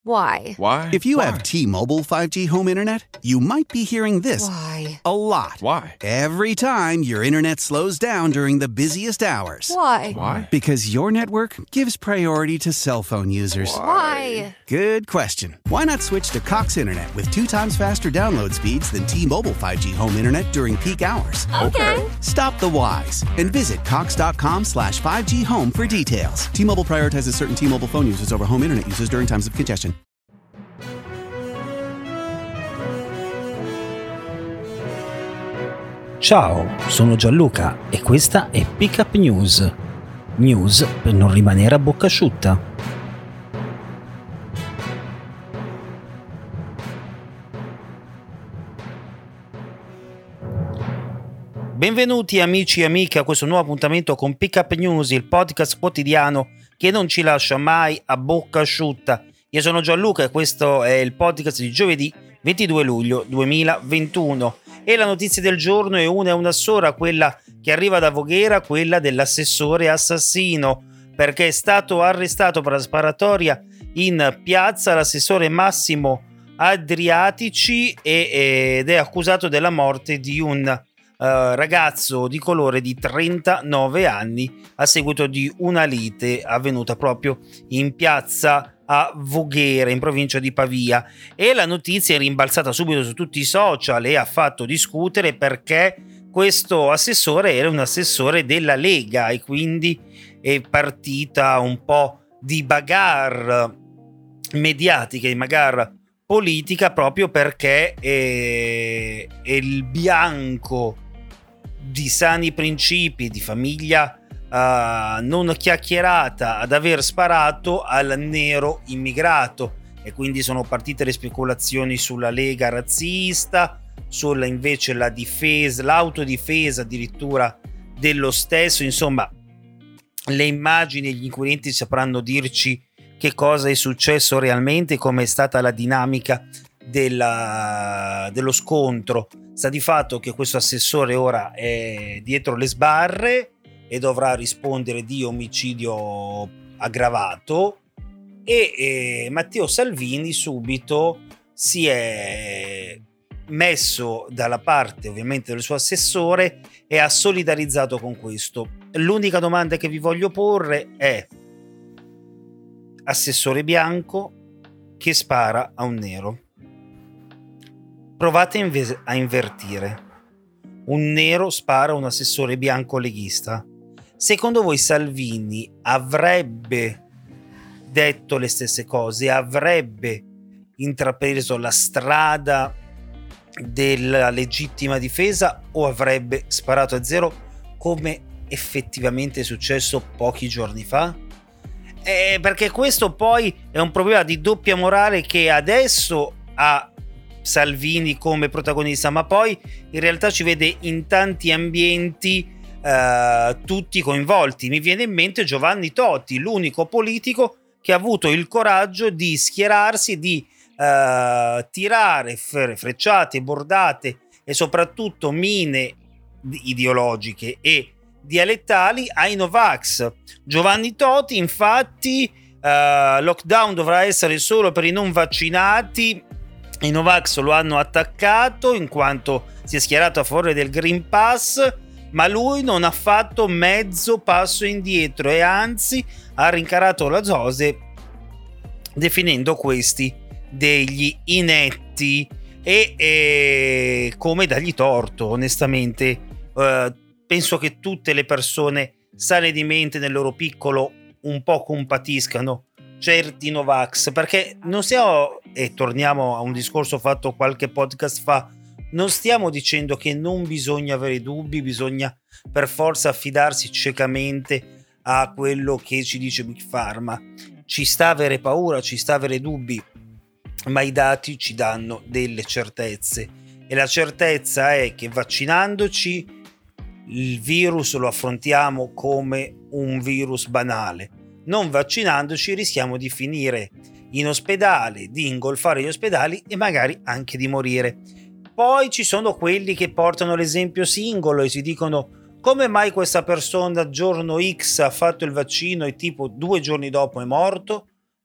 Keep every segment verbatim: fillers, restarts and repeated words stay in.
Why? Why? If you Why? have T-Mobile five G home internet, you might be hearing this Why? a lot. Why? Every time your internet slows down during the busiest hours. Why? Why? Because your network gives priority to cell phone users. Why? Good question. Why not switch to Cox Internet with two times faster download speeds than T-Mobile five G home internet during peak hours? Okay. Stop the whys and visit cox.com slash 5G home for details. T-Mobile prioritizes certain T-Mobile phone users over home internet users during times of congestion. Ciao, sono Gianluca e questa è Pick Up News. News per non rimanere a bocca asciutta. Benvenuti amici e amiche a questo nuovo appuntamento con Pick Up News, il podcast quotidiano che non ci lascia mai a bocca asciutta. Io sono Gianluca e questo è il podcast di giovedì ventidue luglio duemilaventuno. E la notizia del giorno è una e una sola, quella che arriva da Voghera, quella dell'assessore assassino, perché è stato arrestato per la sparatoria in piazza l'assessore Massimo Adriatici e, ed è accusato della morte di un uh, ragazzo di colore di trentanove anni a seguito di una lite avvenuta proprio in piazza a Voghera, in provincia di Pavia, e la notizia è rimbalzata subito su tutti i social e ha fatto discutere perché questo assessore era un assessore della Lega e quindi è partita un po' di bagarre mediatica, di bagarre politica, proprio perché è, è il bianco di sani principi, di famiglia Uh, non chiacchierata, ad aver sparato al nero immigrato, e quindi sono partite le speculazioni sulla Lega razzista, sulla invece la difesa, l'autodifesa addirittura dello stesso. Insomma, le immagini e gli inquirenti sapranno dirci che cosa è successo realmente, come è stata la dinamica della, dello scontro. Sta di fatto che questo assessore ora è dietro le sbarre e dovrà rispondere di omicidio aggravato, e eh, Matteo Salvini subito si è messo dalla parte ovviamente del suo assessore e ha solidarizzato con questo. L'unica domanda che vi voglio porre è: assessore bianco che spara a un nero, provate inve- a invertire. Un nero spara a un assessore bianco leghista. Secondo voi Salvini avrebbe detto le stesse cose, avrebbe intrapreso la strada della legittima difesa, o avrebbe sparato a zero come effettivamente è successo pochi giorni fa? Eh, perché questo poi è un problema di doppia morale che adesso ha Salvini come protagonista, ma poi in realtà ci vede in tanti ambienti Uh, tutti coinvolti. Mi viene in mente Giovanni Toti, l'unico politico che ha avuto il coraggio di schierarsi, di uh, tirare fre- frecciate, bordate e soprattutto mine ideologiche e dialettali ai Novax. Giovanni Toti, infatti, uh, lockdown dovrà essere solo per i non vaccinati. I Novax lo hanno attaccato in quanto si è schierato a favore del Green Pass, ma lui non ha fatto mezzo passo indietro e anzi ha rincarato la Zose, definendo questi degli inetti e, e come dargli torto. Onestamente eh, penso che tutte le persone sane di mente nel loro piccolo un po' compatiscano certi Novax, perché non stiamo, e torniamo a un discorso fatto qualche podcast fa, non stiamo dicendo che non bisogna avere dubbi, bisogna per forza affidarsi ciecamente a quello che ci dice Big Pharma. Ci sta avere paura, ci sta avere dubbi, ma i dati ci danno delle certezze, e la certezza è che vaccinandoci il virus lo affrontiamo come un virus banale. Non vaccinandoci rischiamo di finire in ospedale, di ingolfare gli ospedali e magari anche di morire. Poi ci sono quelli che portano l'esempio singolo e si dicono: come mai questa persona giorno X ha fatto il vaccino e tipo due giorni dopo è morto?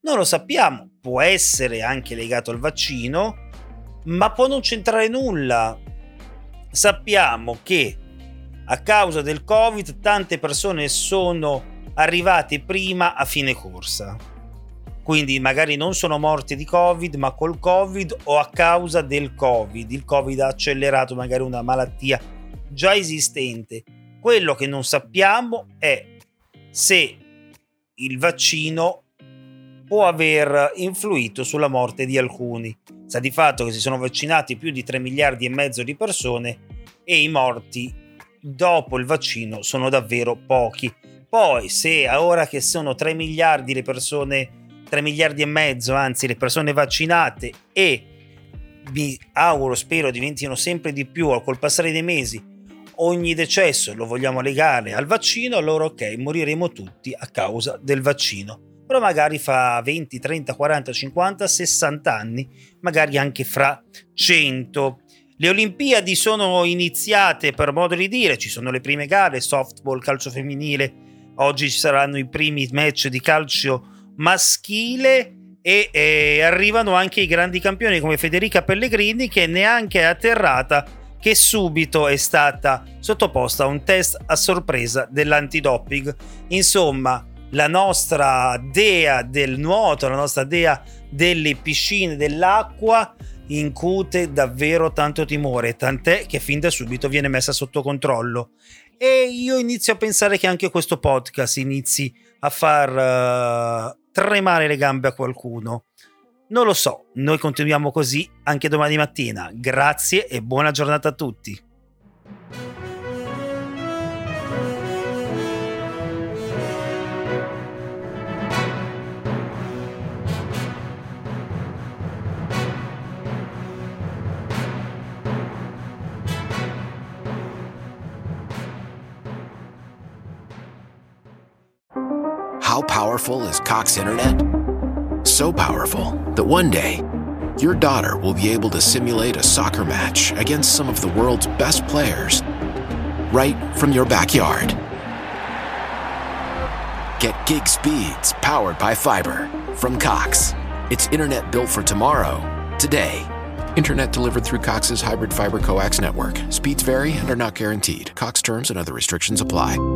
Non lo sappiamo, può essere anche legato al vaccino, ma può non c'entrare nulla. Sappiamo che a causa del Covid tante persone sono arrivate prima a fine corsa, quindi magari non sono morte di Covid, ma col Covid o a causa del Covid. Il Covid ha accelerato magari una malattia già esistente. Quello che non sappiamo è se il vaccino può aver influito sulla morte di alcuni. Sa di fatto che si sono vaccinati più di tre miliardi e mezzo di persone e i morti dopo il vaccino sono davvero pochi. Poi se ora che sono tre miliardi le persone, tre miliardi e mezzo anzi le persone vaccinate, e mi auguro, spero diventino sempre di più col passare dei mesi, ogni decesso lo vogliamo legare al vaccino, allora ok, moriremo tutti a causa del vaccino. Però magari fra venti, trenta, quaranta, cinquanta, sessanta anni, magari anche fra cento. Le Olimpiadi sono iniziate, per modo di dire, ci sono le prime gare, softball, calcio femminile, oggi ci saranno i primi match di calcio maschile e, e arrivano anche i grandi campioni come Federica Pellegrini, che neanche è atterrata, che subito è stata sottoposta a un test a sorpresa dell'antidoping. Insomma, la nostra dea del nuoto, la nostra dea delle piscine, dell'acqua, incute davvero tanto timore, tant'è che fin da subito viene messa sotto controllo. E io inizio a pensare che anche questo podcast inizi a far uh, tremare le gambe a qualcuno. Non lo so, noi continuiamo così anche domani mattina. Grazie e buona giornata a tutti. How powerful is Cox Internet? So powerful that one day, your daughter will be able to simulate a soccer match against some of the world's best players right from your backyard. Get gig speeds powered by fiber from Cox. It's internet built for tomorrow, today. Internet delivered through Cox's hybrid fiber coax network. Speeds vary and are not guaranteed. Cox terms and other restrictions apply.